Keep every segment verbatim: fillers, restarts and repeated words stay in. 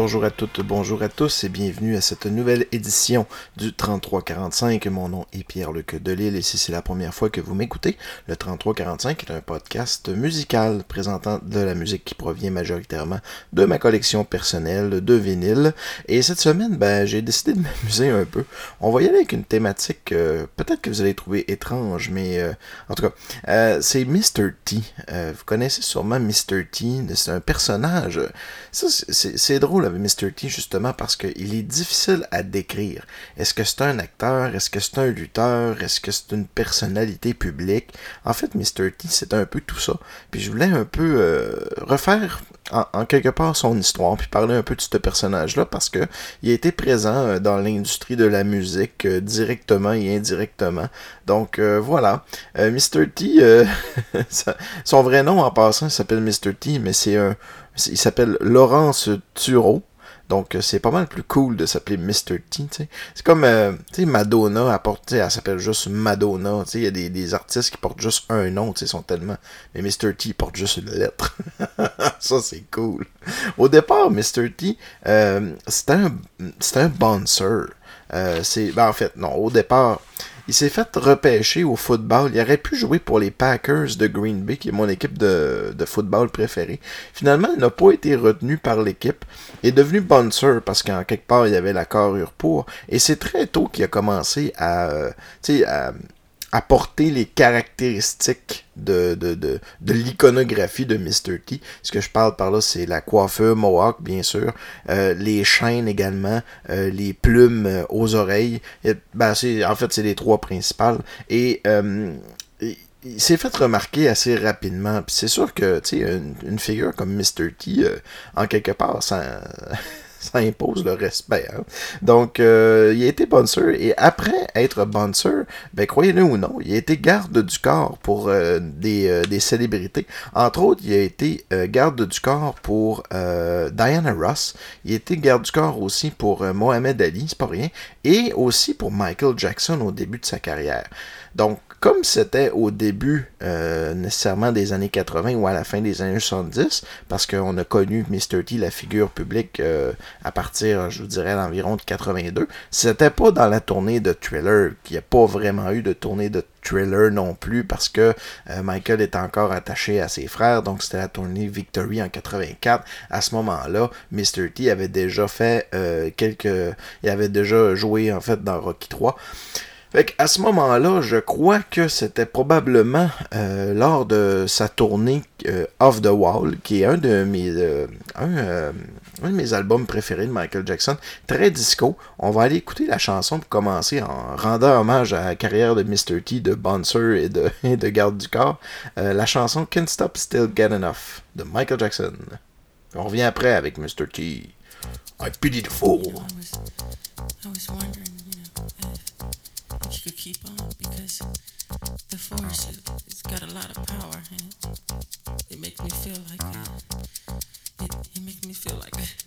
bonjour à toutes, bonjour à tous et bienvenue à cette nouvelle édition du trente-trois quarante-cinq. Mon nom est Pierre-Luc Delisle et si c'est la première fois que vous m'écoutez, le trente-trois quarante-cinq est un podcast musical présentant de la musique qui provient majoritairement de ma collection personnelle de vinyles. Et cette semaine, ben, j'ai décidé de m'amuser un peu. On va y aller avec une thématique euh, peut-être que vous allez trouver étrange, mais euh, en tout cas, euh, c'est mister T. Euh, vous connaissez sûrement mister T, c'est un personnage. Ça, c'est, c'est drôle avec mister T, justement, parce qu'il est difficile à décrire. Est-ce que c'est un acteur? Est-ce que c'est un lutteur? Est-ce que c'est une personnalité publique? En fait, mister T, c'est un peu tout ça. Puis je voulais un peu euh, refaire, en, en quelque part, son histoire, puis parler un peu de ce personnage-là, parce que il a été présent dans l'industrie de la musique, euh, directement et indirectement. Donc, euh, voilà. Euh, mister T, euh, son vrai nom, en passant, il s'appelle mister T, mais c'est un... Il s'appelle Laurence Thureau. Donc, c'est pas mal plus cool de s'appeler mister T, tu sais. C'est comme, euh, tu sais, Madonna, elle, porte, elle s'appelle juste Madonna, tu sais. Il y a des, des artistes qui portent juste un nom, tu sais, sont tellement... Mais mister T, il porte juste une lettre. Ça, c'est cool. Au départ, mister T, euh, c'était un, c'était un bouncer. Euh, c'est, ben, en fait, non, au départ... Il s'est fait repêcher au football. Il aurait pu jouer pour les Packers de Green Bay, qui est mon équipe de, de football préférée. Finalement, il n'a pas été retenu par l'équipe. Il est devenu bouncer parce qu'en quelque part, il avait la carrure pour. Et c'est très tôt qu'il a commencé à, euh, tu sais, à, à porter les caractéristiques de, de, de, de l'iconographie de mister T. Ce que je parle par là, c'est la coiffure mohawk, bien sûr, euh, les chaînes également, euh, les plumes euh, aux oreilles. Et, ben, c'est, en fait, c'est les trois principales. Et... Euh, il s'est fait remarquer assez rapidement. Puis c'est sûr que, tu sais, une, une figure comme mister T, euh, en quelque part, ça, ça impose le respect. Hein? Donc, euh, il a été bouncer. Et après être bouncer, ben, croyez-le ou non, il a été garde du corps pour euh, des, euh, des célébrités. Entre autres, il a été euh, garde du corps pour euh, Diana Ross. Il a été garde du corps aussi pour euh, Mohamed Ali, c'est pas rien. Et aussi pour Michael Jackson au début de sa carrière. Donc, comme c'était au début euh, nécessairement des années quatre-vingts ou à la fin des années soixante-dix, parce qu'on a connu mister T, la figure publique, euh, à partir, je vous dirais, d'environ de quatre-vingt-deux, c'était pas dans la tournée de Thriller, qu'il n'y a pas vraiment eu de tournée de Thriller non plus, parce que euh, Michael est encore attaché à ses frères, donc c'était la tournée Victory en quatre-vingt-quatre. À ce moment-là, mister T avait déjà fait euh, quelques... Il avait déjà joué, en fait, dans Rocky trois. Fait qu'à ce moment-là, je crois que c'était probablement euh, lors de sa tournée euh, Off the Wall, qui est un de mes euh, un, euh, un de mes albums préférés de Michael Jackson, très disco. On va aller écouter la chanson pour commencer en rendant hommage à la carrière de mister T, de bouncer et de, et de garde du corps. Euh, la chanson Can't Stop Still Get Enough de Michael Jackson. On revient après avec mister T. I pity the fool. I was, I was wondering, you know, if, if you could keep on, because the force, it, it's got a lot of power, and it, it makes me feel like it, it, it makes me feel like it.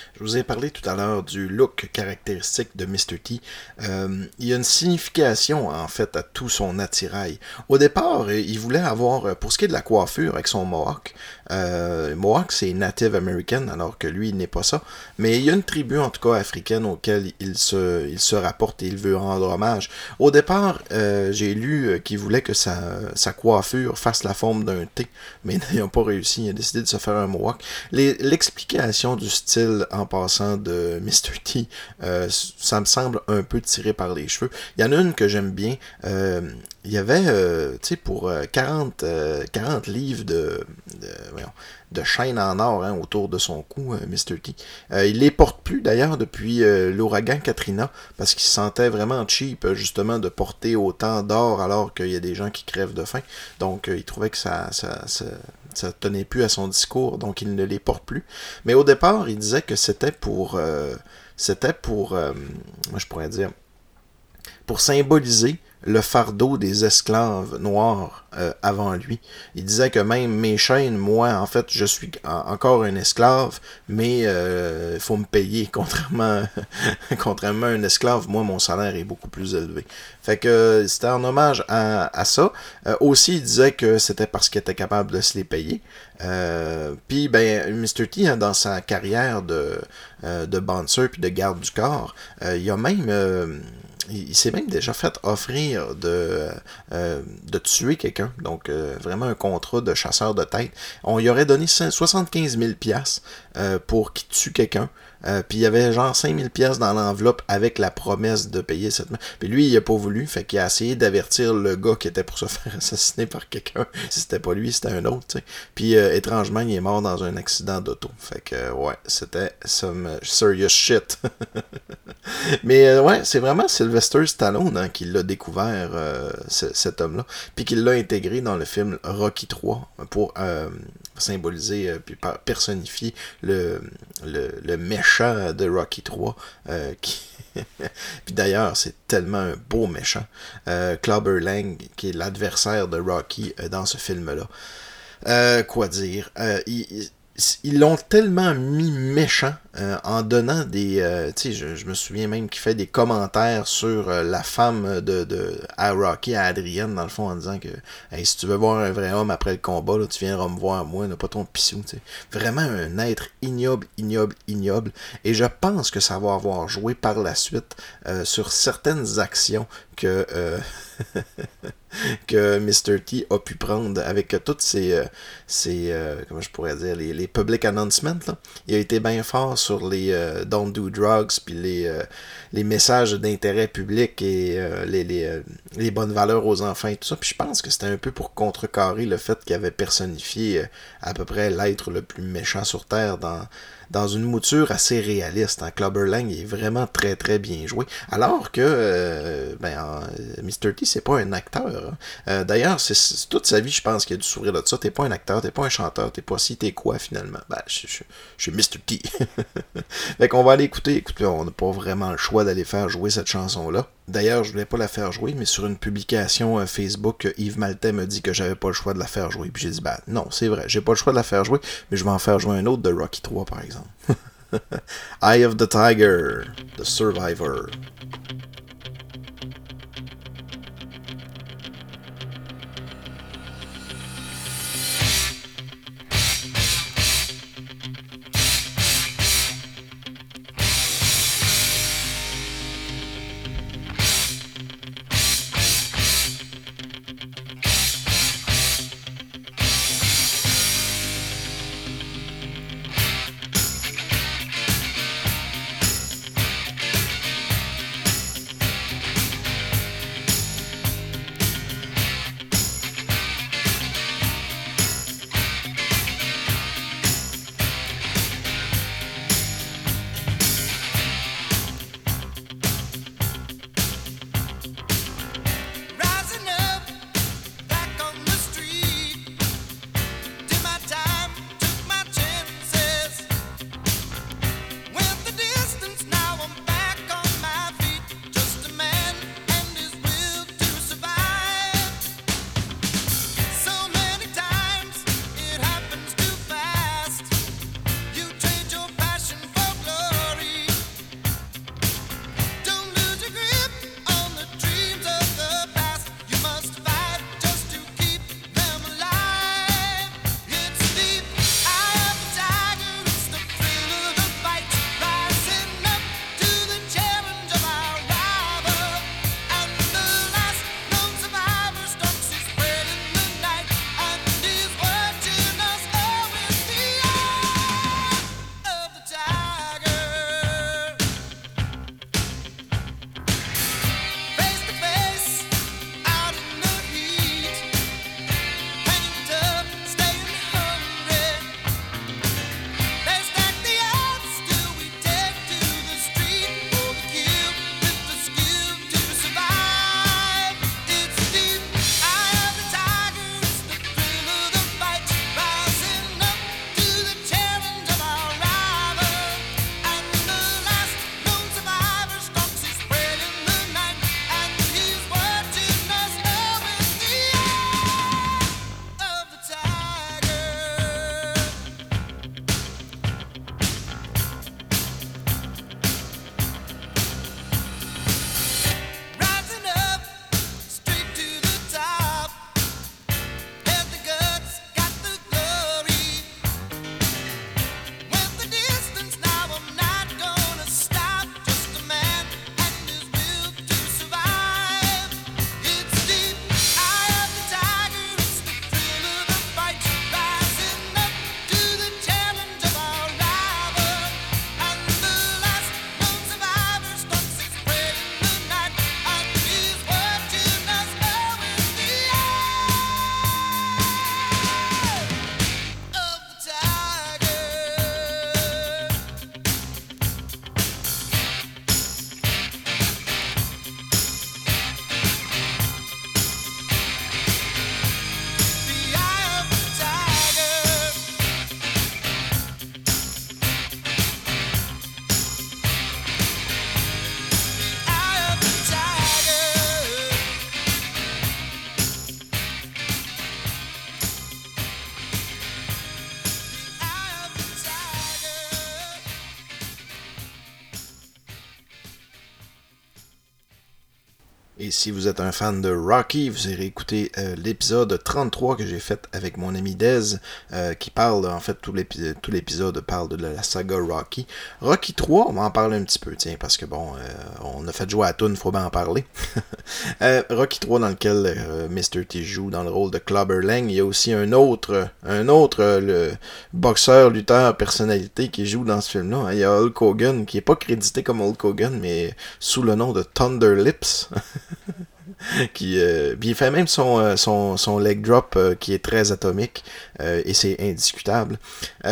Je vous ai parlé tout à l'heure du look caractéristique de mister T. Euh, il y a une signification, en fait, à tout son attirail. Au départ, il voulait avoir, pour ce qui est de la coiffure avec son mohawk, euh, mohawk c'est Native American, alors que lui, il n'est pas ça. Mais il y a une tribu, en tout cas africaine, auquel il se, il se rapporte et il veut rendre hommage. Au départ, euh, j'ai lu qu'il voulait que sa, sa coiffure fasse la forme d'un T, mais n'ayant pas réussi, il a décidé de se faire un mohawk. Les, l'explication du style en passant de mister T, euh, ça me semble un peu tiré par les cheveux. Il y en a une que j'aime bien. Euh, il y avait, euh, tu sais, pour euh, quarante, euh, quarante livres de, de, voyons, de chaînes en or hein, autour de son cou, euh, mister T. Euh, il les porte plus d'ailleurs depuis euh, l'ouragan Katrina parce qu'il se sentait vraiment cheap justement de porter autant d'or alors qu'il y a des gens qui crèvent de faim. Donc euh, il trouvait que ça, ça, ça, ça tenait plus à son discours, donc il ne les porte plus. Mais au départ, il disait que c'était pour, euh, c'était pour, euh, moi je pourrais dire, pour symboliser le fardeau des esclaves noirs euh, avant lui. Il disait que même mes chaînes, moi, en fait, je suis en- encore un esclave, mais il euh, faut me payer. Contrairement, contrairement à un esclave, moi, mon salaire est beaucoup plus élevé. Fait que c'était en hommage à, à ça. Euh, aussi, il disait que c'était parce qu'il était capable de se les payer. Euh, puis, ben, mister T, hein, dans sa carrière de, euh, de bouncer puis de garde du corps, euh, il a même... Euh, il s'est même déjà fait offrir de, euh, de tuer quelqu'un. Donc, euh, vraiment un contrat de chasseur de tête. On lui aurait donné soixante-quinze mille dollars euh, pour qu'il tue quelqu'un. Euh, puis il y avait genre cinq mille dollars dans l'enveloppe avec la promesse de payer cette... Puis lui, il a pas voulu, fait qu'il a essayé d'avertir le gars qui était pour se faire assassiner par quelqu'un. Si c'était pas lui, c'était un autre, tu sais. Puis euh, étrangement, il est mort dans un accident d'auto. Fait que, euh, ouais, c'était some uh, serious shit. Mais euh, ouais, c'est vraiment Sylvester Stallone hein, qui l'a découvert, euh, ce, cet homme-là. Puis qui l'a intégré dans le film Rocky trois pour euh, symboliser, euh, puis personnifier le, le, le méchant de Rocky trois. Euh, qui puis d'ailleurs, c'est tellement un beau méchant. Euh, Clubber Lang, qui est l'adversaire de Rocky euh, dans ce film-là. Euh, quoi dire? Euh, il, il Ils l'ont tellement mis méchant euh, en donnant des... Euh, tu sais, je, je me souviens même qu'il fait des commentaires sur euh, la femme de, de à Rocky, à Adrienne, dans le fond, en disant que hey, si tu veux voir un vrai homme après le combat, là, tu viendras me voir, moi, n'a pas ton pissou. T'sais. Vraiment un être ignoble, ignoble, ignoble. Et je pense que ça va avoir joué par la suite euh, sur certaines actions que... Euh, que mister T a pu prendre avec toutes ces, euh, ces euh, comment je pourrais dire, les, les public announcements. Là. Il a été bien fort sur les euh, don't do drugs, puis les, euh, les messages d'intérêt public et euh, les, les, euh, les bonnes valeurs aux enfants et tout ça. Puis je pense que c'était un peu pour contrecarrer le fait qu'il avait personnifié euh, à peu près l'être le plus méchant sur Terre dans... dans une mouture assez réaliste. Hein. Clubber Lang est vraiment très très bien joué. Alors que euh, ben, euh, mister T, c'est pas un acteur. Hein. Euh, d'ailleurs, c'est, c'est toute sa vie, je pense qu'il a dû s'ouvrir de ça. T'es pas un acteur, t'es pas un chanteur, t'es pas si, t'es quoi finalement? Ben, je, je, je suis mister T. Fait qu'on va aller écouter. Écoute, on n'a pas vraiment le choix d'aller faire jouer cette chanson-là. D'ailleurs, je voulais pas la faire jouer, mais sur une publication euh, Facebook, euh, Yves Maltais me dit que j'avais pas le choix de la faire jouer. Puis j'ai dit, ben non, c'est vrai, j'ai pas le choix de la faire jouer, mais je vais en faire jouer un autre de Rocky trois, par exemple. Eye of the Tiger, The Survivor. Et si vous êtes un fan de Rocky, vous irez écouter euh, l'épisode trente-trois que j'ai fait avec mon ami Dez, euh, qui parle, en fait, tout l'épisode, tout l'épisode parle de la saga Rocky. Rocky trois, on va en parler un petit peu, tiens, parce que bon, euh, on a fait jouer à Toon, faut bien en parler. euh, Rocky trois, dans lequel euh, mister T joue dans le rôle de Clubber Lang. Il y a aussi un autre, un autre euh, le boxeur, lutteur, personnalité qui joue dans ce film-là. Il y a Hulk Hogan, qui est pas crédité comme Hulk Hogan, mais sous le nom de Thunder Lips. qui euh, il fait même son, euh, son, son leg drop euh, qui est très atomique euh, et c'est indiscutable. Euh,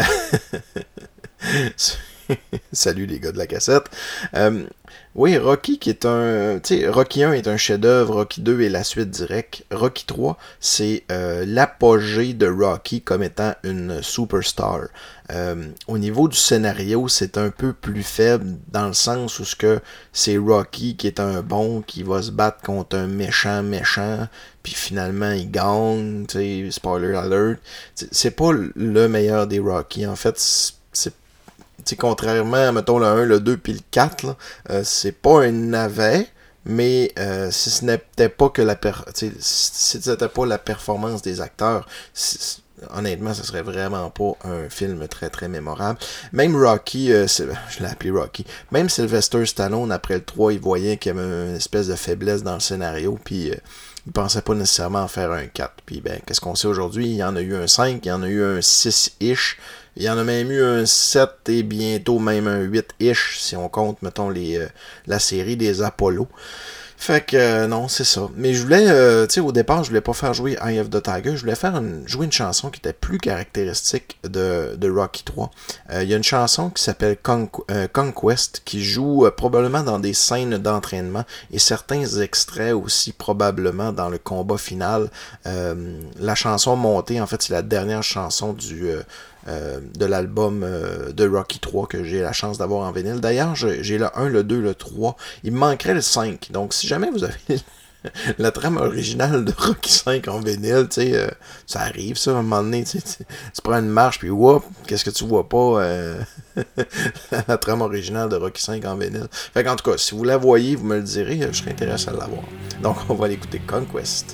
Salut les gars de la cassette. Euh, oui, Rocky qui est un... Tu sais, Rocky un est un chef-d'œuvre, Rocky deux est la suite directe. Rocky trois, c'est euh, l'apogée de Rocky comme étant une superstar. Euh, au niveau du scénario, c'est un peu plus faible dans le sens où ce que c'est Rocky qui est un bon, qui va se battre contre un méchant méchant, puis finalement il gagne, tu sais, spoiler alert. T'sais, c'est pas le meilleur des Rocky, en fait, c'est T'sais, contrairement, mettons, le un, le deux puis le quatre, là, euh, c'est pas un navet, mais euh, si ce n'était pas que la per... si c'était pas la performance des acteurs, si... honnêtement, ce serait vraiment pas un film très très mémorable. Même Rocky, euh, je l'ai appelé Rocky, même Sylvester Stallone, après le trois, il voyait qu'il y avait une espèce de faiblesse dans le scénario, puis... Euh, il pensait pas nécessairement en faire un quatre. Puis ben, qu'est-ce qu'on sait aujourd'hui? Il y en a eu un cinq, il y en a eu un six-ish, il y en a même eu un sept et bientôt même un huit-ish, si on compte, mettons, les, euh, la série des Apollo. Fait que euh, non, c'est ça. Mais je voulais, euh, tu sais, au départ, je voulais pas faire jouer Eye of the Tiger, je voulais faire une, jouer une chanson qui était plus caractéristique de, de Rocky trois. Il euh, y a une chanson qui s'appelle Con- euh, Conquest, qui joue euh, probablement dans des scènes d'entraînement, et certains extraits aussi probablement dans le combat final. Euh, la chanson montée, en fait, c'est la dernière chanson du... Euh, Euh, de l'album euh, de Rocky trois que j'ai la chance d'avoir en vinyle. D'ailleurs, j'ai, j'ai le un, le deux, le trois. Il me manquerait le cinq. Donc, si jamais vous avez la trame originale de Rocky cinq en vinyle, tu sais, euh, ça arrive, ça, à un moment donné. Tu prends une marche, puis whoop, qu'est-ce que tu vois pas euh, la trame originale de Rocky cinq en vinyle. Fait qu'en tout cas, si vous la voyez, vous me le direz, je serais intéressé à l'avoir. Donc, on va l'écouter Conquest.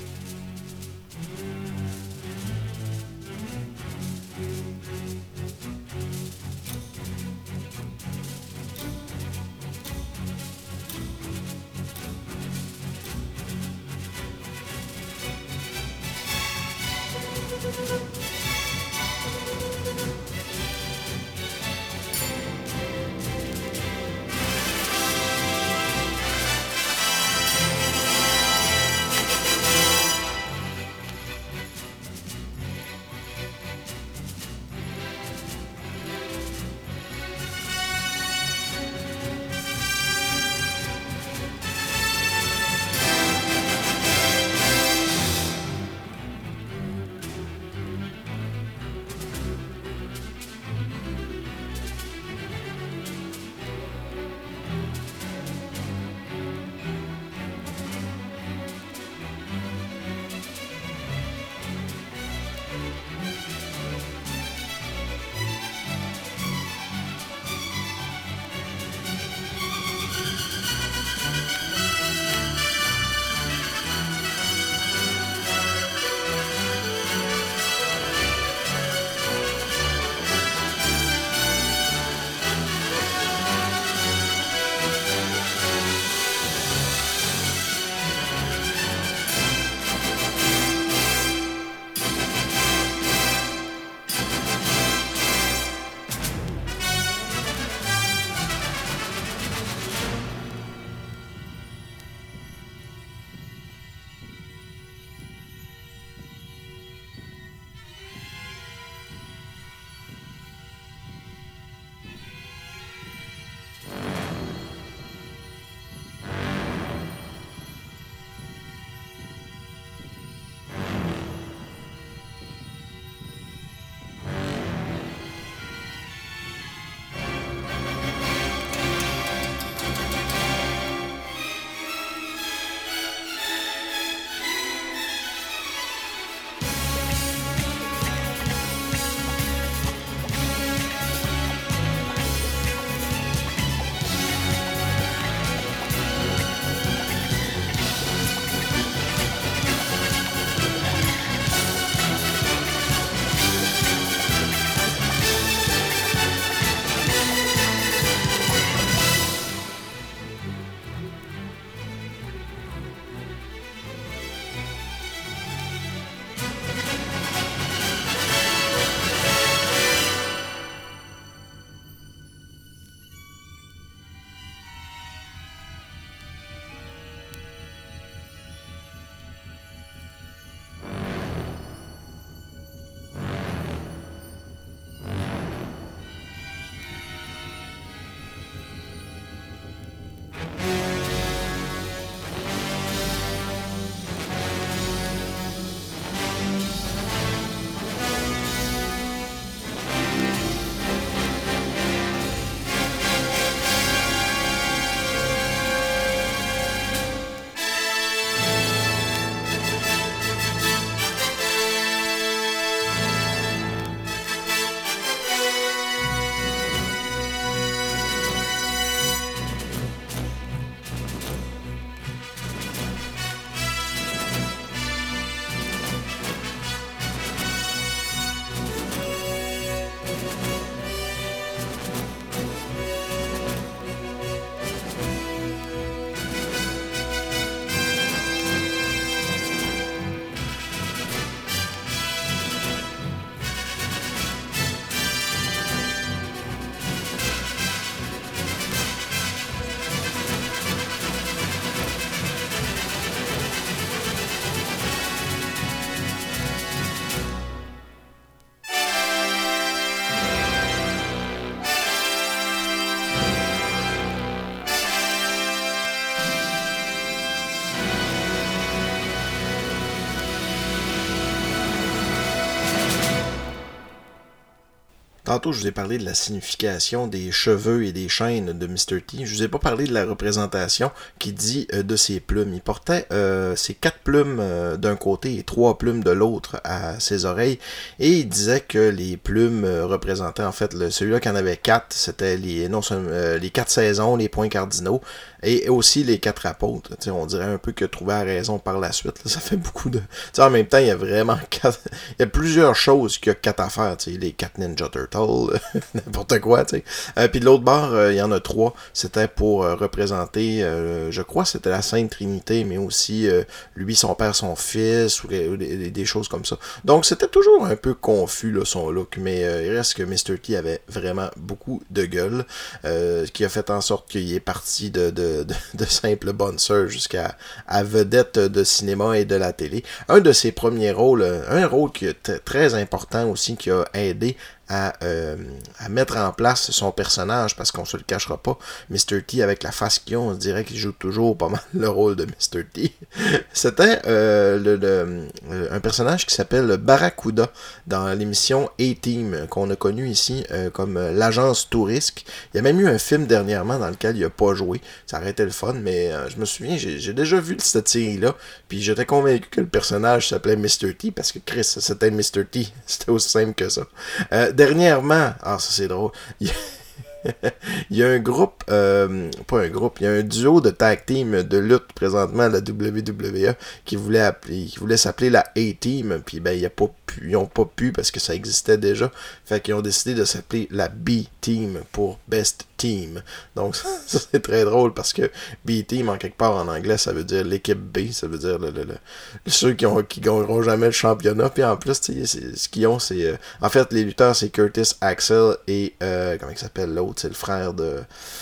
Tantôt, je vous ai parlé de la signification des cheveux et des chaînes de mister T. Je vous ai pas parlé de la représentation qui dit euh, de ses plumes. Il portait euh, ses quatre plumes euh, d'un côté et trois plumes de l'autre à ses oreilles. Et il disait que les plumes euh, représentaient, en fait, le, celui-là qui en avait quatre, c'était les, non, euh, les quatre saisons, les points cardinaux, et aussi les quatre apôtres. T'sais, on dirait un peu que trouver la raison par la suite. Là, ça fait beaucoup de... T'sais, en même temps, il y a vraiment quatre... il y a plusieurs choses qu'il y a quatre à faire. T'sais, les quatre Ninja Turtles, n'importe quoi. Euh, Puis de l'autre bord, euh, il y en a trois. C'était pour euh, représenter, euh, je crois, c'était la Sainte Trinité, mais aussi euh, lui, son père, son fils, ou les, les, des choses comme ça. Donc, c'était toujours un peu confus, là, son look. Mais euh, il reste que mister T avait vraiment beaucoup de gueule, euh, ce qui a fait en sorte qu'il est parti de... de De, de simple bonne sœur jusqu'à à vedette de cinéma et de la télé. Un de ses premiers rôles, un rôle qui est très important aussi, qui a aidé à, euh, à mettre en place son personnage, parce qu'on se le cachera pas, mister T, avec la face qu'il a, on se dirait qu'il joue toujours pas mal le rôle de mister T. C'était euh, le, le, un personnage qui s'appelle Barracuda dans l'émission A-Team, qu'on a connu ici euh, comme l'agence Tourisque. Il y a même eu un film dernièrement dans lequel il a pas joué. Ça aurait été le fun, mais euh, je me souviens, j'ai, j'ai déjà vu cette série-là, puis j'étais convaincu que le personnage s'appelait mister T, parce que Chris, c'était mister T. C'était aussi simple que ça. Euh, Dernièrement, ah ça c'est drôle, il y a, il y a un groupe, euh, pas un groupe, il y a un duo de tag team de lutte présentement à la W W E qui voulait appeler, qui voulait s'appeler la A-Team, puis ben il a pas pu, ils ont pas pu parce que ça existait déjà, fait qu'ils ont décidé de s'appeler la B-Team pour Best Team. Donc ça, ça c'est très drôle parce que B-Team en quelque part en anglais ça veut dire l'équipe B, ça veut dire le, le, le, ceux qui ont qui gagneront jamais le championnat, puis en plus c'est, ce qu'ils ont c'est euh, en fait les lutteurs c'est Curtis Axel et euh, comment il s'appelle l'autre, c'est le frère de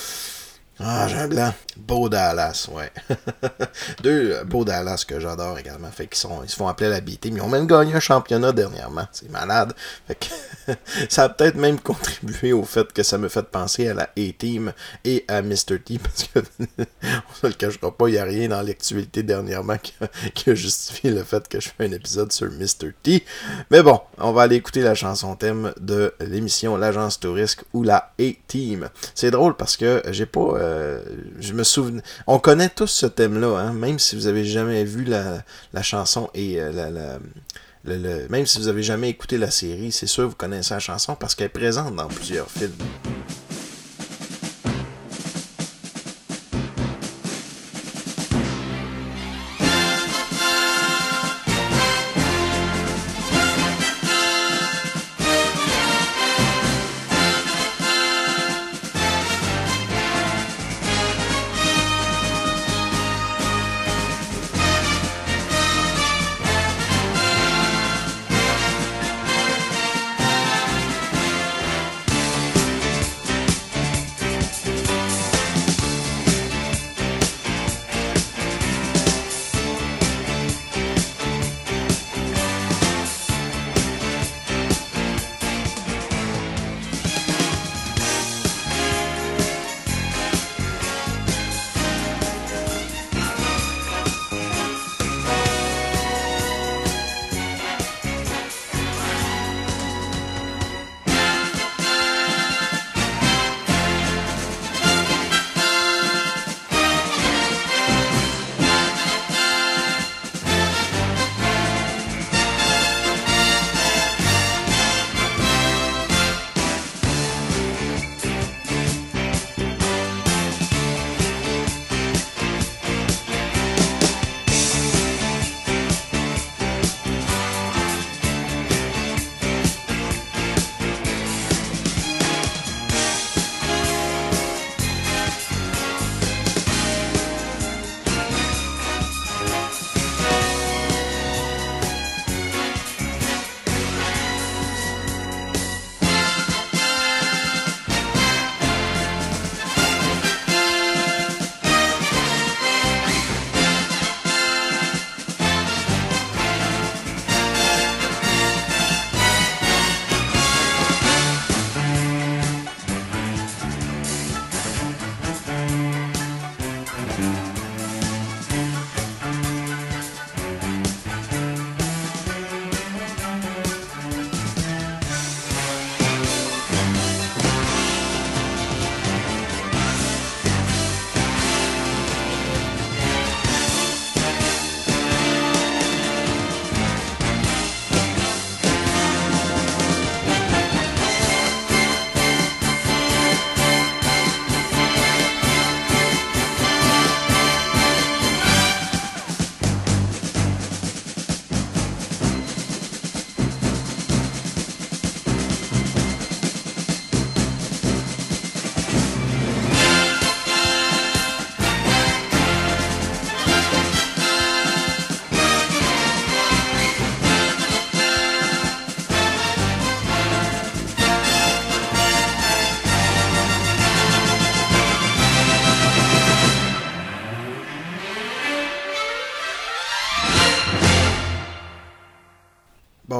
ah, j'ai un blanc. Bo Dallas, ouais. Deux euh, Bo Dallas que j'adore également. Fait qu'ils sont, ils se font appeler la B-Team. Ils ont même gagné un championnat dernièrement. C'est malade. Fait que ça a peut-être même contribué au fait que ça me fait penser à la A-Team et à mister T. Parce que on se le cachera pas, il n'y a rien dans l'actualité dernièrement qui a, qui a justifié le fait que je fais un épisode sur mister T. Mais bon, on va aller écouter la chanson thème de l'émission L'Agence Tourisque ou la A-Team. C'est drôle parce que j'ai pas... Euh, je me souviens, on connaît tous ce thème-là, hein, même si vous avez jamais vu la, la chanson et euh, la, la, le, le, même si vous avez jamais écouté la série, c'est sûr que vous connaissez la chanson parce qu'elle est présente dans plusieurs films.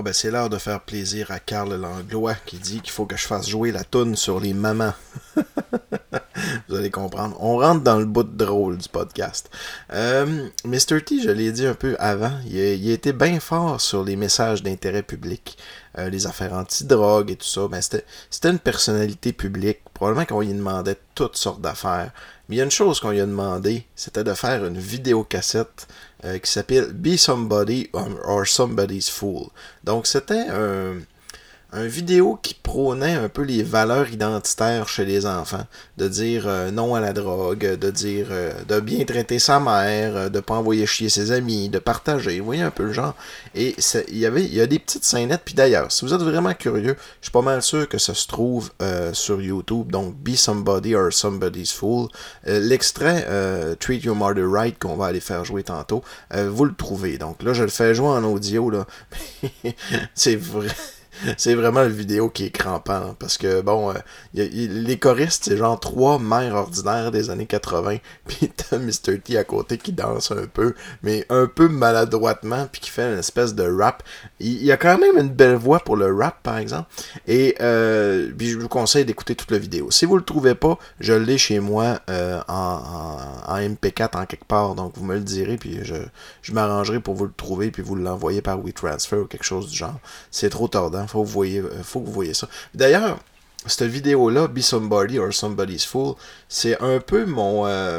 Bon, ben c'est l'heure de faire plaisir à Carl Langlois qui dit qu'il faut que je fasse jouer la toune sur les mamans. Vous allez comprendre. On rentre dans le bout de drôle du podcast. Euh, mister T, je l'ai dit un peu avant, il a, il a été bien fort sur les messages d'intérêt public, euh, les affaires anti-drogue et tout ça. Ben, c'était, c'était une personnalité publique. Probablement qu'on lui demandait toutes sortes d'affaires. Mais il y a une chose qu'on lui a demandé, c'était de faire une vidéocassette euh, qui s'appelle Be Somebody or Somebody's Fool. Donc c'était un... un vidéo qui prônait un peu les valeurs identitaires chez les enfants, de dire euh, non à la drogue, de dire euh, de bien traiter sa mère, euh, de pas envoyer chier ses amis, de partager, vous voyez un peu le genre. Et il y avait, il y a des petites scénettes, puis d'ailleurs, si vous êtes vraiment curieux, je suis pas mal sûr que ça se trouve euh, sur YouTube, donc Be Somebody or Somebody's Fool. Euh, l'extrait euh, Treat Your Mother Right qu'on va aller faire jouer tantôt, euh, vous le trouvez. Donc là, je le fais jouer en audio, là. C'est vrai. C'est vraiment une vidéo qui est crampant, hein, parce que, bon, euh, y a, y, les choristes, c'est genre trois mères ordinaires des années quatre-vingts, puis t'as mister T à côté qui danse un peu, mais un peu maladroitement, puis qui fait une espèce de rap. Il y a quand même une belle voix pour le rap, par exemple, et euh, puis je vous conseille d'écouter toute la vidéo. Si vous le trouvez pas, je l'ai chez moi euh, en, en, en M P quatre en quelque part, donc vous me le direz, puis je, je m'arrangerai pour vous le trouver, puis vous l'envoyer par WeTransfer ou quelque chose du genre. C'est trop tordant. Faut que vous voyez, faut que vous voyez ça. D'ailleurs, cette vidéo-là, Be Somebody or Somebody's Fool, c'est un peu mon euh,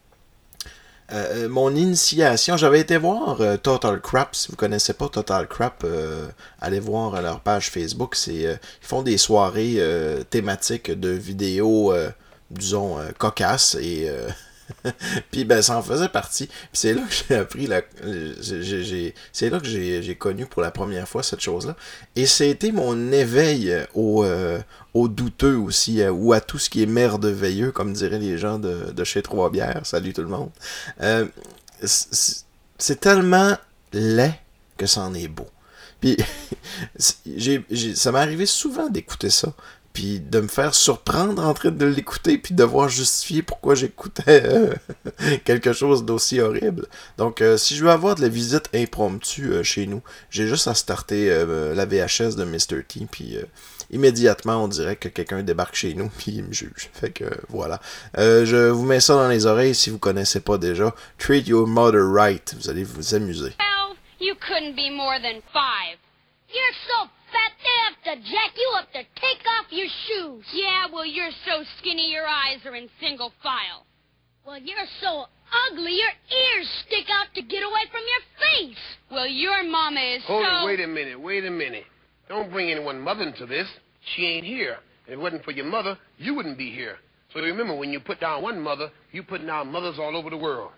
euh, mon initiation. J'avais été voir euh, Total Crap. Si vous connaissez pas Total Crap, euh, allez voir euh, leur page Facebook. C'est, euh, ils font des soirées euh, thématiques de vidéos, euh, disons, euh, cocasses et... Euh, puis ben ça en faisait partie. Puis c'est là que j'ai appris la, j'ai, j'ai, c'est là que j'ai, j'ai connu pour la première fois cette chose-là. Et c'était mon éveil au, euh, au douteux aussi, euh, ou à tout ce qui est merveilleux, comme diraient les gens de, de chez Trois-Bières. Salut tout le monde. Euh, c'est, c'est tellement laid que c'en est beau. Puis j'ai, j'ai, ça m'est arrivé souvent d'écouter ça. Puis de me faire surprendre en train de l'écouter, puis de devoir justifier pourquoi j'écoutais euh, quelque chose d'aussi horrible. Donc, euh, si je veux avoir de la visite impromptue euh, chez nous, j'ai juste à starter euh, la V H S de mister T, puis euh, immédiatement, on dirait que quelqu'un débarque chez nous, puis il me juge. Fait que, voilà. Euh, je vous mets ça dans les oreilles si vous connaissez pas déjà. Treat Your Mother Right. Vous allez vous amuser. Well, you couldn't be more than five. You're so fat they have to jack you up to take off your shoes. Yeah, well, you're so skinny your eyes are in single file. Well, you're so ugly your ears stick out to get away from your face. Well, your mama is Hold so... it, wait a minute, wait a minute. Don't bring anyone mother into this. She ain't here. If it wasn't for your mother, you wouldn't be here. So remember, when you put down one mother, you putting down mothers all over the world.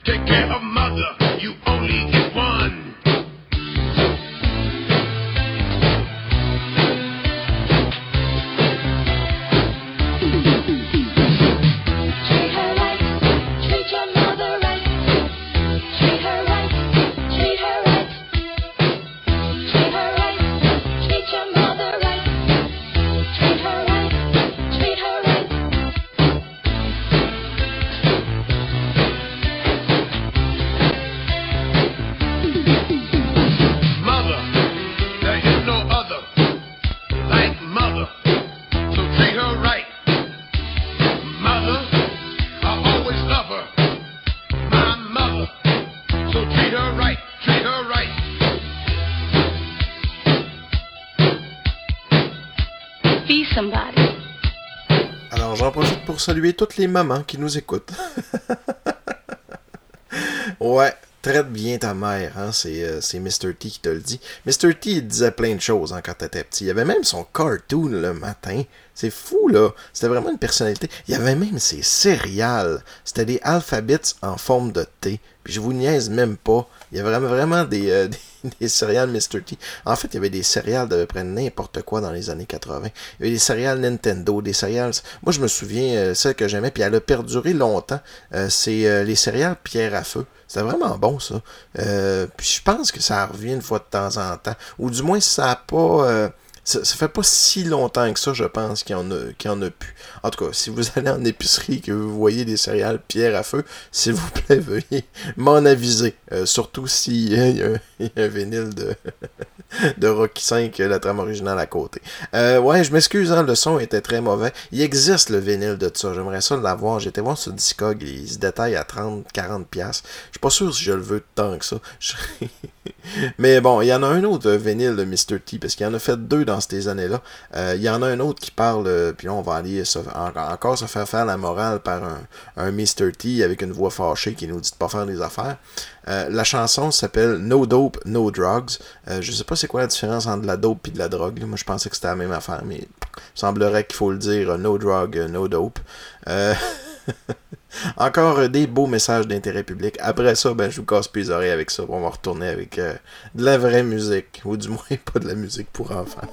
Take care of mother, you only get one. Alors j'en profite pour saluer toutes les mamans qui nous écoutent. Ouais, traite bien ta mère, hein? c'est, euh, c'est mister T qui te le dit. mister T il disait plein de choses hein, quand t'étais petit. Il y avait même son cartoon le matin. C'est fou, là. C'était vraiment une personnalité. Il y avait même ses céréales. C'était des alphabets en forme de T. Puis je vous niaise même pas. Il y avait vraiment, vraiment des, euh, des, des céréales mister T. En fait, il y avait des céréales d'à peu près n'importe quoi dans les années quatre-vingts. Il y avait des céréales Nintendo, des céréales... Moi, je me souviens, euh, celle que j'aimais, puis elle a perduré longtemps. Euh, c'est euh, les céréales Pierre à feu. C'était vraiment bon, ça. Euh, puis je pense que ça revient une fois de temps en temps. Ou du moins, ça n'a pas... Euh, Ça, ça fait pas si longtemps que ça, je pense, qu'il y en a, qu'il y en a plus. En tout cas, si vous allez en épicerie et que vous voyez des céréales Pierre à feu, s'il vous plaît, veuillez m'en aviser. Euh, surtout s'il y, y a un vinyle de, de Rocky cinq, la trame originale à côté. Euh, ouais, je m'excuse, hein, le son était très mauvais. Il existe le vinyle de ça, j'aimerais ça l'avoir. J'ai été voir sur Discog, il se détaille à trente à quarante piastres. Je suis pas sûr si je le veux tant que ça. Je... Mais bon, il y en a un autre vinyle de mister T, parce qu'il y en a fait deux dans ces années-là. Euh, il y en a un autre qui parle, euh, puis là, on va aller se, en, encore se faire faire la morale par un, un mister T avec une voix fâchée qui nous dit de pas faire des affaires. Euh, la chanson s'appelle No Dope, No Drugs. Euh, je sais pas c'est quoi la différence entre la dope et de la drogue. Là. Moi, je pensais que c'était la même affaire, mais il semblerait qu'il faut le dire No Drug, No Dope. Euh... Encore des beaux messages d'intérêt public. Après ça, ben je vous casse plus les oreilles avec ça. On va retourner avec euh, de la vraie musique. Ou du moins pas de la musique pour enfants.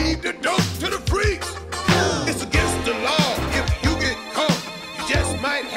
Might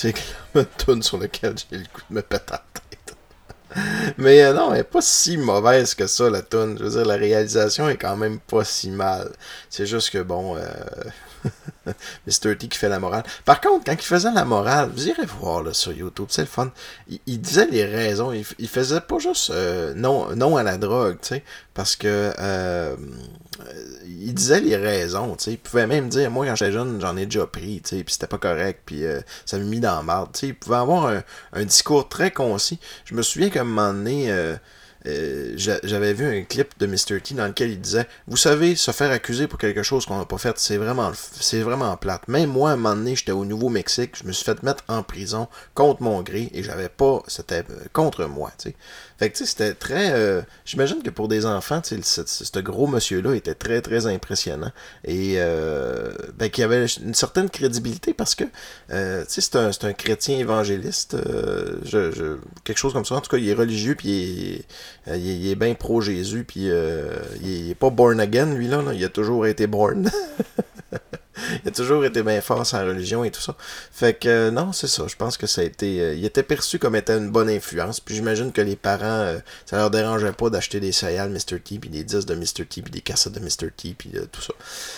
C'est une tune sur laquelle j'ai le coup de me péter la tête. Mais euh, non, elle est pas si mauvaise que ça, la tune. Je veux dire, la réalisation est quand même pas si mal. C'est juste que, bon... Euh... mister T qui fait la morale. Par contre, quand il faisait la morale, vous irez voir là, sur YouTube, c'est le fun. Il, il disait les raisons. Il, il faisait pas juste euh, non, non à la drogue, tu sais, parce que euh, il disait les raisons, tu sais. Il pouvait même dire, moi quand j'étais jeune, j'en ai déjà pris, tu sais, puis c'était pas correct, puis euh, ça m'a mis dans la marde, tu sais. Il pouvait avoir un, un discours très concis. Je me souviens qu'à un moment donné, euh, Euh, j'avais vu un clip de mister T dans lequel il disait « Vous savez, se faire accuser pour quelque chose qu'on n'a pas fait, c'est vraiment, c'est vraiment plate. Même moi, à un moment donné, j'étais au Nouveau-Mexique, je me suis fait mettre en prison contre mon gré et j'avais pas... C'était contre moi, tu sais. » Fait que, tu sais, c'était très... Euh, j'imagine que pour des enfants, tu sais, ce gros monsieur-là était très, très impressionnant. Et, euh, ben, qu'il avait une certaine crédibilité parce que, euh, tu sais, c'est un, c'est un chrétien évangéliste. Euh, je, je, quelque chose comme ça. En tout cas, il est religieux, puis il est, il est, il est bien pro-Jésus, puis euh, il, est, il est pas born again, lui, là. là. Il a toujours été born. Il a toujours été bien fort sans religion et tout ça. Fait que euh, non, c'est ça. Je pense que ça a été... Euh, il était perçu comme étant une bonne influence. Puis j'imagine que les parents, euh, ça leur dérangeait pas d'acheter des céréales mister T, puis des disques de mister T, puis des cassettes de mister T, puis euh, tout ça.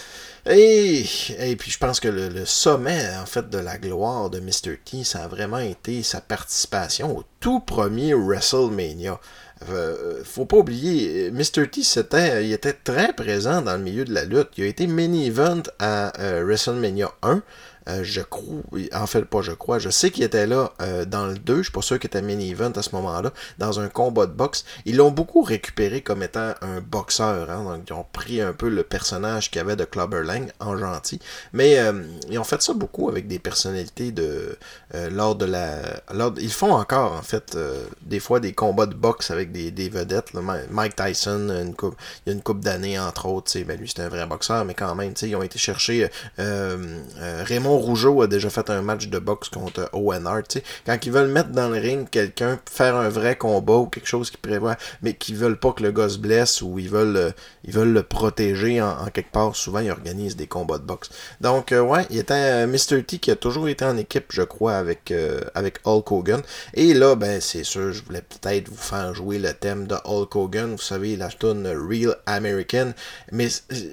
Et, et puis je pense que le, le sommet, en fait, de la gloire de mister T, ça a vraiment été sa participation au tout premier WrestleMania. Euh, faut pas oublier, mister T, c'était, il était très présent dans le milieu de la lutte. Il a été main event à euh, WrestleMania un. Euh, je crois, en fait pas je crois, je sais qu'il était là euh, dans le deux, je suis pas sûr qu'il était main event à ce moment-là, dans un combat de boxe. Ils l'ont beaucoup récupéré comme étant un boxeur, hein, donc ils ont pris un peu le personnage qu'il y avait de Clubber Lang en gentil, mais euh, ils ont fait ça beaucoup avec des personnalités de euh, lors de la... Lors, ils font encore en fait euh, des fois des combats de boxe avec des, des vedettes, là. Mike Tyson, une coupe, il y a une couple d'années entre autres, ben, lui c'était un vrai boxeur, mais quand même, ils ont été chercher euh, euh, Raymond Rougeau a déjà fait un match de boxe contre Owen Hart, tu sais, quand ils veulent mettre dans le ring quelqu'un, faire un vrai combat ou quelque chose qu'ils prévoient, mais qu'ils veulent pas que le gars se blesse ou ils veulent, euh, ils veulent le protéger en, en quelque part, souvent ils organisent des combats de boxe. Donc, euh, ouais, il était euh, mister T qui a toujours été en équipe, je crois, avec, euh, avec Hulk Hogan. Et là, ben, c'est sûr, je voulais peut-être vous faire jouer le thème de Hulk Hogan, vous savez, la tune Real American, mais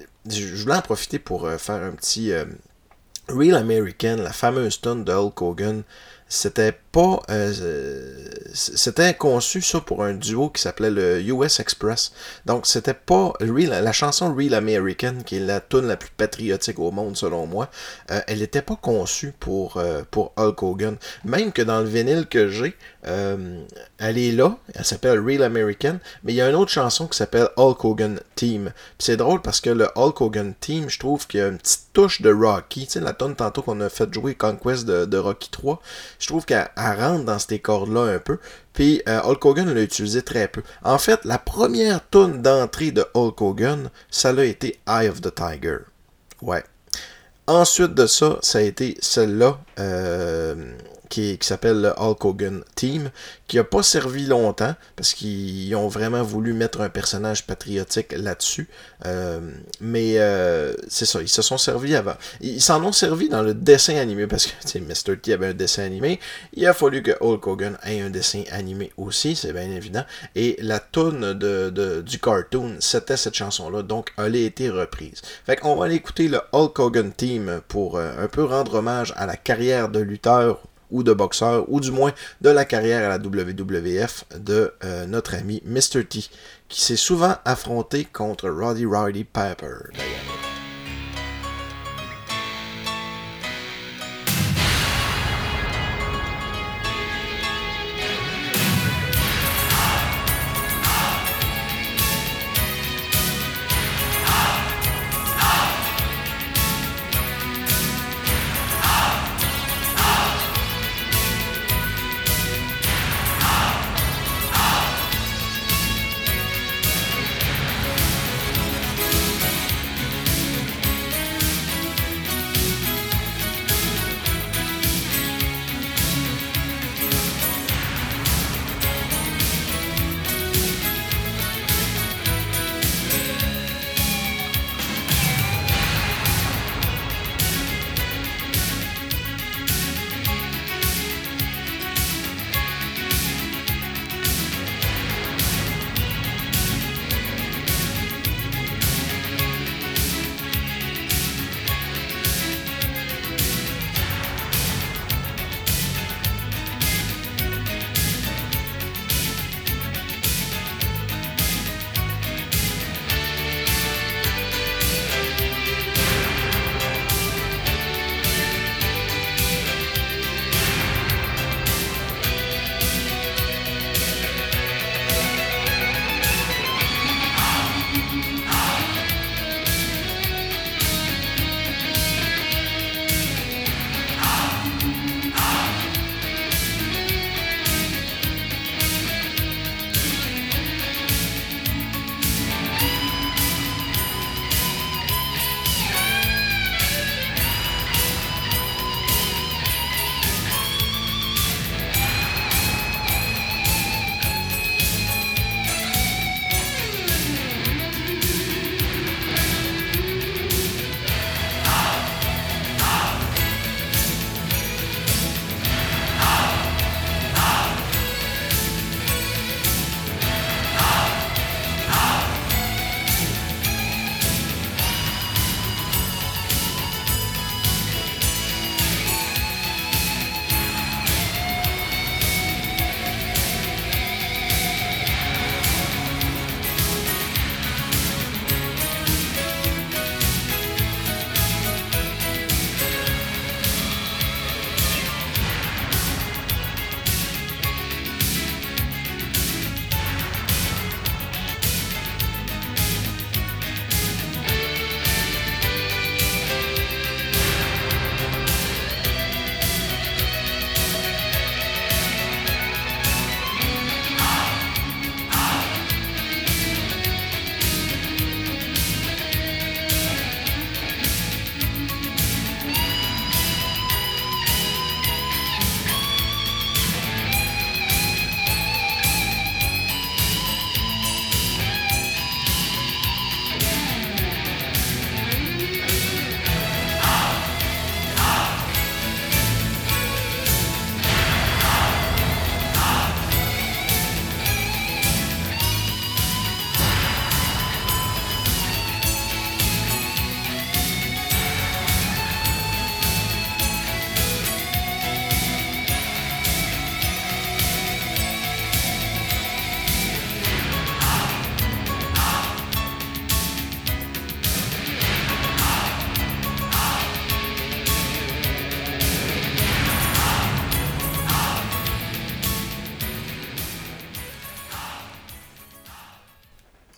je voulais en profiter pour euh, faire un petit... Euh, Real American, la fameuse tune de Hulk Hogan, c'était pas... Euh, c'était conçu ça pour un duo qui s'appelait le U S Express. Donc c'était pas... Real, la chanson Real American, qui est la tune la plus patriotique au monde selon moi, euh, elle était pas conçue pour, euh, pour Hulk Hogan. Même que dans le vinyle que j'ai, euh, elle est là, elle s'appelle Real American, mais il y a une autre chanson qui s'appelle Hulk Hogan Team. Puis c'est drôle parce que le Hulk Hogan Team, je trouve qu'il y a une petite touche de Rocky, tu sais, la tune tantôt qu'on a fait jouer Conquest de, de Rocky trois, je trouve qu'elle rentre dans ces cordes-là un peu. Puis euh, Hulk Hogan l'a utilisé très peu. En fait, la première tune d'entrée de Hulk Hogan, ça a été Eye of the Tiger. Ouais. Ensuite de ça, ça a été celle-là, euh, qui, qui s'appelle le Hulk Hogan Team, qui n'a pas servi longtemps, parce qu'ils ont vraiment voulu mettre un personnage patriotique là-dessus. Euh, mais euh, c'est ça, ils se sont servis avant. Ils s'en ont servi dans le dessin animé, parce que tu sais, mister T avait un dessin animé. Il a fallu que Hulk Hogan ait un dessin animé aussi, c'est bien évident. Et la toune de, de, du cartoon, c'était cette chanson-là, donc elle a été reprise. Fait qu'on va aller écouter le Hulk Hogan Team pour euh, un peu rendre hommage à la carrière de lutteur ou de boxeur, ou du moins de la carrière à la W W F de euh, notre ami mister T, qui s'est souvent affronté contre Roddy Roddy Piper, d'ailleurs.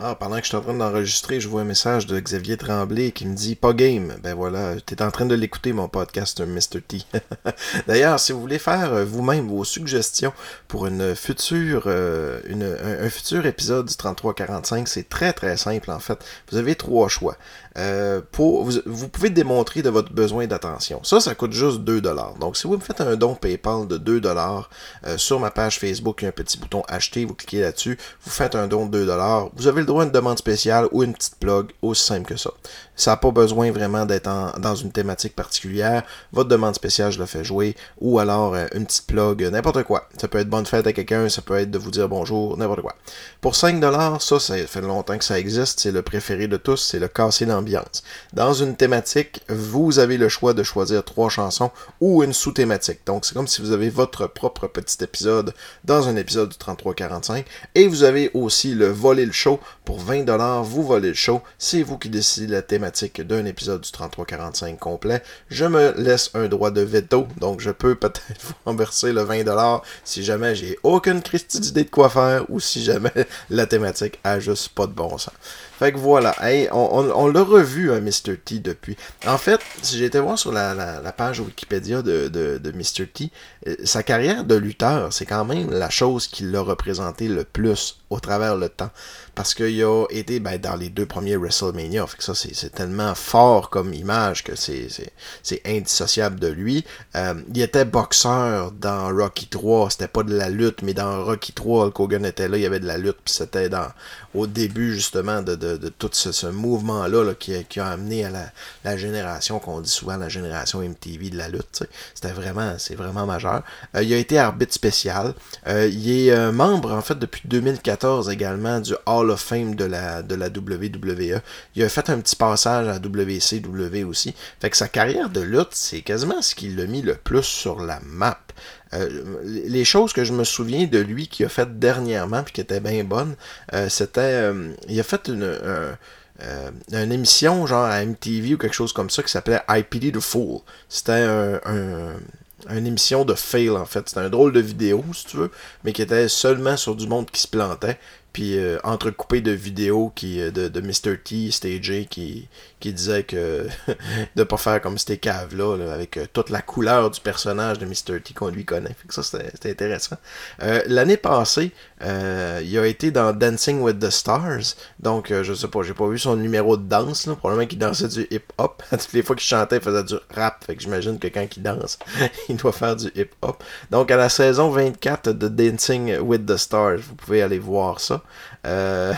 Ah, pendant que je suis en train d'enregistrer, je vois un message de Xavier Tremblay qui me dit « Pas game ». Ben voilà, t'es en train de l'écouter, mon podcast mister T. D'ailleurs, si vous voulez faire vous-même vos suggestions pour une future, euh, une, un, un futur épisode du trente-trois quarante-cinq, c'est très très simple en fait. Vous avez trois choix. Euh, pour, vous, vous pouvez démontrer de votre besoin d'attention. Ça, ça coûte juste deux dollars. Donc, si vous me faites un don PayPal de deux dollars euh, sur ma page Facebook, il y a un petit bouton acheter, vous cliquez là-dessus, vous faites un don de deux dollars, vous avez le droit à une demande spéciale ou une petite plug, aussi simple que ça. Ça n'a pas besoin vraiment d'être en, dans une thématique particulière. Votre demande spéciale, je la fais jouer, ou alors euh, une petite plug, n'importe quoi. Ça peut être bonne fête à quelqu'un, ça peut être de vous dire bonjour, n'importe quoi. Pour cinq dollars, ça, ça fait longtemps que ça existe, c'est le préféré de tous, c'est le casser l'ambiance. Dans une thématique, vous avez le choix de choisir trois chansons ou une sous-thématique. Donc, c'est comme si vous avez votre propre petit épisode dans un épisode du trente-trois quarante-cinq. Et vous avez aussi le voler le show. Pour vingt dollars, vous volez le show. C'est vous qui décidez la thématique d'un épisode du trente-trois quarante-cinq complet. Je me laisse un droit de veto, donc je peux peut-être vous rembourser le vingt dollars si jamais j'ai aucune christie d'idée de quoi faire ou si jamais la thématique a juste pas de bon sens. Fait que voilà, hey, on, on, on l'a revu, hein, mister T, depuis. En fait, si j'ai été voir sur la, la, la page Wikipédia de, de, de mister T, euh, sa carrière de lutteur, c'est quand même la chose qui l'a représenté le plus au travers le temps. Parce qu'il a été ben, dans les deux premiers WrestleMania. Fait que ça, c'est, c'est tellement fort comme image que c'est, c'est, c'est indissociable de lui. Euh, il était boxeur dans Rocky trois. C'était pas de la lutte, mais dans Rocky trois, Hulk Hogan était là, il y avait de la lutte. Puis c'était dans, au début, justement, de, de, de tout ce, ce mouvement-là là, qui, qui a amené à la, la génération, qu'on dit souvent la génération M T V de la lutte. T'sais. C'était vraiment, c'est vraiment majeur. Euh, il a été arbitre spécial. Euh, il est euh, membre, en fait, depuis deux mille quatorze également, du Hall of Fame de la, de la W W E. Il a fait un petit passage à W C W aussi. Fait que sa carrière de lutte, c'est quasiment ce qui l'a mis le plus sur la map. Euh, les choses que je me souviens de lui qu'il a fait dernièrement puis qui étaient bien bonnes, euh, c'était... Euh, il a fait une... Un, Euh, une émission genre à M T V ou quelque chose comme ça qui s'appelait I Pity the Fool. C'était un, un, une émission de fail en fait. C'était un drôle de vidéo si tu veux, mais qui était seulement sur du monde qui se plantait. Puis euh, entrecoupé de vidéos qui, de, de mister T, stagé, qui, qui disait que de pas faire comme ces caves-là, là, avec euh, toute la couleur du personnage de mister T qu'on lui connaît. Fait que ça, c'était, c'était intéressant. Euh, l'année passée, euh, il a été dans Dancing with the Stars. Donc, euh, je sais pas, j'ai pas vu son numéro de danse. Là, probablement qu'il dansait du hip-hop. Toutes les fois qu'il chantait, il faisait du rap. Fait que j'imagine que quand il danse, il doit faire du hip-hop. Donc, à la saison vingt-quatre de Dancing with the Stars, vous pouvez aller voir ça. Euh,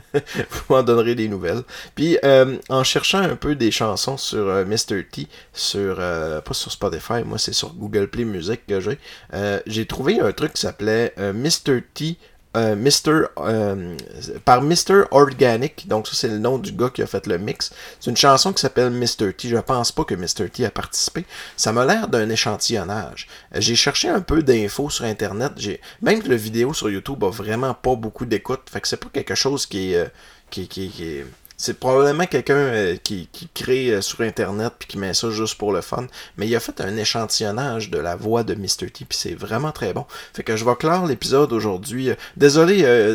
vous m'en donnerez des nouvelles. Puis euh, en cherchant un peu des chansons sur euh, mister T, sur euh, pas sur Spotify, moi c'est sur Google Play Music que j'ai, euh, j'ai trouvé un truc qui s'appelait euh, mister T. Euh, mister euh, par mister Organic, donc ça c'est le nom du gars qui a fait le mix. C'est une chanson qui s'appelle mister T. Je pense pas que mister T a participé. Ça m'a l'air d'un échantillonnage. Euh, j'ai cherché un peu d'infos sur internet. J'ai même que le vidéo sur YouTube a vraiment pas beaucoup d'écoute. Fait que c'est pas quelque chose qui est euh, qui, qui, qui est c'est probablement quelqu'un euh, qui, qui crée euh, sur Internet puis qui met ça juste pour le fun. Mais il a fait un échantillonnage de la voix de mister T puis c'est vraiment très bon. Fait que je vais clore l'épisode aujourd'hui. Désolé, euh,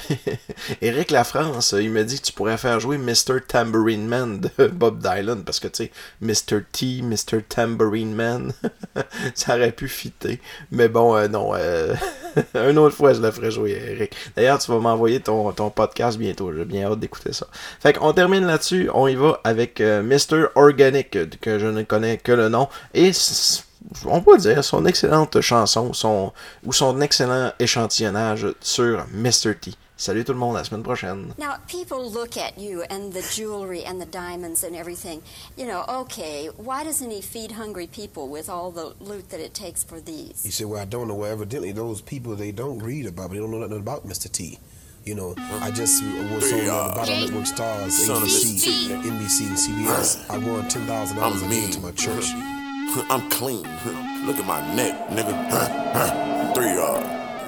Eric Lafrance, il me dit que tu pourrais faire jouer mister Tambourine Man de Bob Dylan parce que tu sais, mister T, mister Tambourine Man, ça aurait pu fitter. Mais bon, euh, non, euh, une autre fois je le ferai jouer, Eric. D'ailleurs, tu vas m'envoyer ton, ton podcast bientôt. J'ai bien hâte d'écouter ça. Fait qu'on termine là-dessus, on y va avec euh, mister Organic, que je ne connais que le nom, et on peut dire son excellente chanson, son, ou son excellent échantillonnage sur mister T. Salut tout le monde, à la semaine prochaine. Now, people look at you and the jewelry and the diamonds and everything. You know, okay, why doesn't he feed hungry people with all the loot that it takes for these? He said, well, I don't know. Well, evidently, those people, they don't read about, but they don't know nothing about mister T. You know, I just was on the Bottom Network Stars, A B C, N B C, and C B S. I won ten thousand dollars a year to my church. I'm clean. Look at my neck, nigga. Three yard.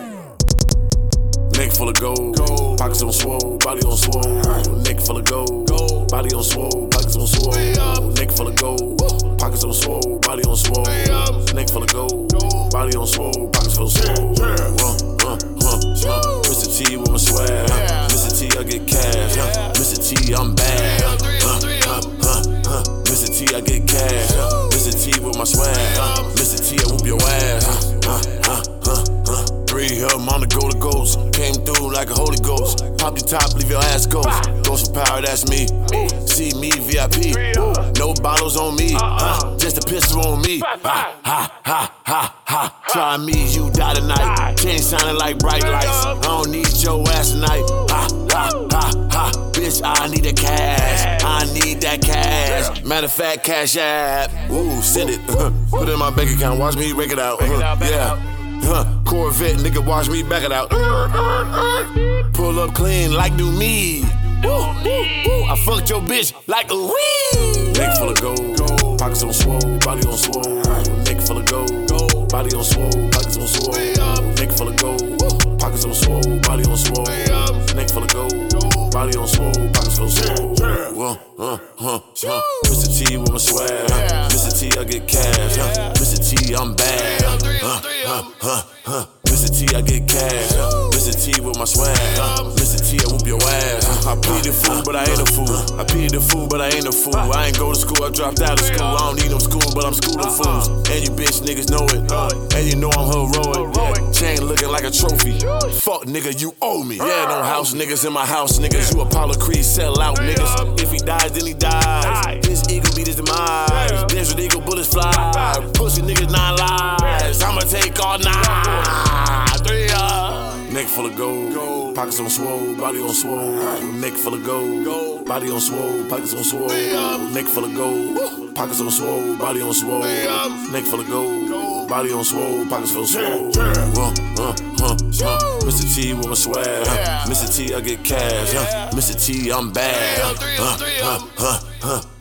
Neck full of gold, pockets on swole, body on swole. Neck full of gold, body on swole, pockets on swole. Neck full of gold, pockets on swole, body on swole. Neck full of gold, body on swole, pockets full of swole. Uh, uh, uh, uh. mister T with my swag, mister T I get cash. Mister T, I'm bad. Huh, huh, huh, huh. Mister T, I get cash. Huh. Mister T with my swag. Huh. Mister T, I whoop your ass. Huh, huh, huh, huh, huh. Three of them on the go to ghost. Came through like a Holy Ghost. Pop your top, leave your ass ghost. Ghost for power, that's me. See me, V I P. No bottles on me. Huh. Just a pistol on me. Ha, ha, ha, ha, ha. Try me, you die tonight. Chain shining like bright lights. I don't need your ass tonight. Ha, ha, ha, ha. Bitch, I need that cash. I need that cash. Matter of fact, cash app. Ooh, send it. Put it in my bank account. Watch me rake it out. Uh, yeah. Huh, Corvette, nigga, watch me back it out. Pull up clean like new me. Ooh, ooh, ooh. I fucked your bitch like a wee. Neck full of gold, pockets on swole, body on swole. Neck full of gold, body on swole, pockets on swole. Neck full of gold, pockets on swole, body on swole. Neck full of gold, body on swole, pockets on swole. Whoa, uh, huh, huh. Mister T with my swag. Huh. Mister T, I get cash. Huh. Mister T, I'm bad. Huh, huh, huh, huh. Mister T, I get cash. Huh. Mister T with my swag. Huh. Mister T, I whoop your ass. Huh. I plead the fool, but I ain't a fool. I plead the fool, but I ain't a fool. I ain't go to school, I dropped out of school. I don't need no school, but I'm schooling fools. And you bitch niggas know it. And you know I'm heroic. Yeah. Chain looking like a trophy. Fuck nigga, you owe me. Yeah, no house niggas in my house niggas. You Apollo Creed, sell out niggas. If he dies, then he dies. His eagle beat his demise. Desert eagle bullets fly. Pussy niggas nine lives. I'ma take all nine. Three uh. Neck full of gold. Pockets on swole, body on swole. Neck full of gold. Body on swole, pockets on swole. Neck full of gold. Pockets on swole, body on swole. Neck full of gold. Body on swole, pockets full of swole. Uh, uh, uh, uh. Mister T with my swag. Huh. Mister T, I get cash. Huh. Mister T, I'm bad. Huh, huh, huh, huh.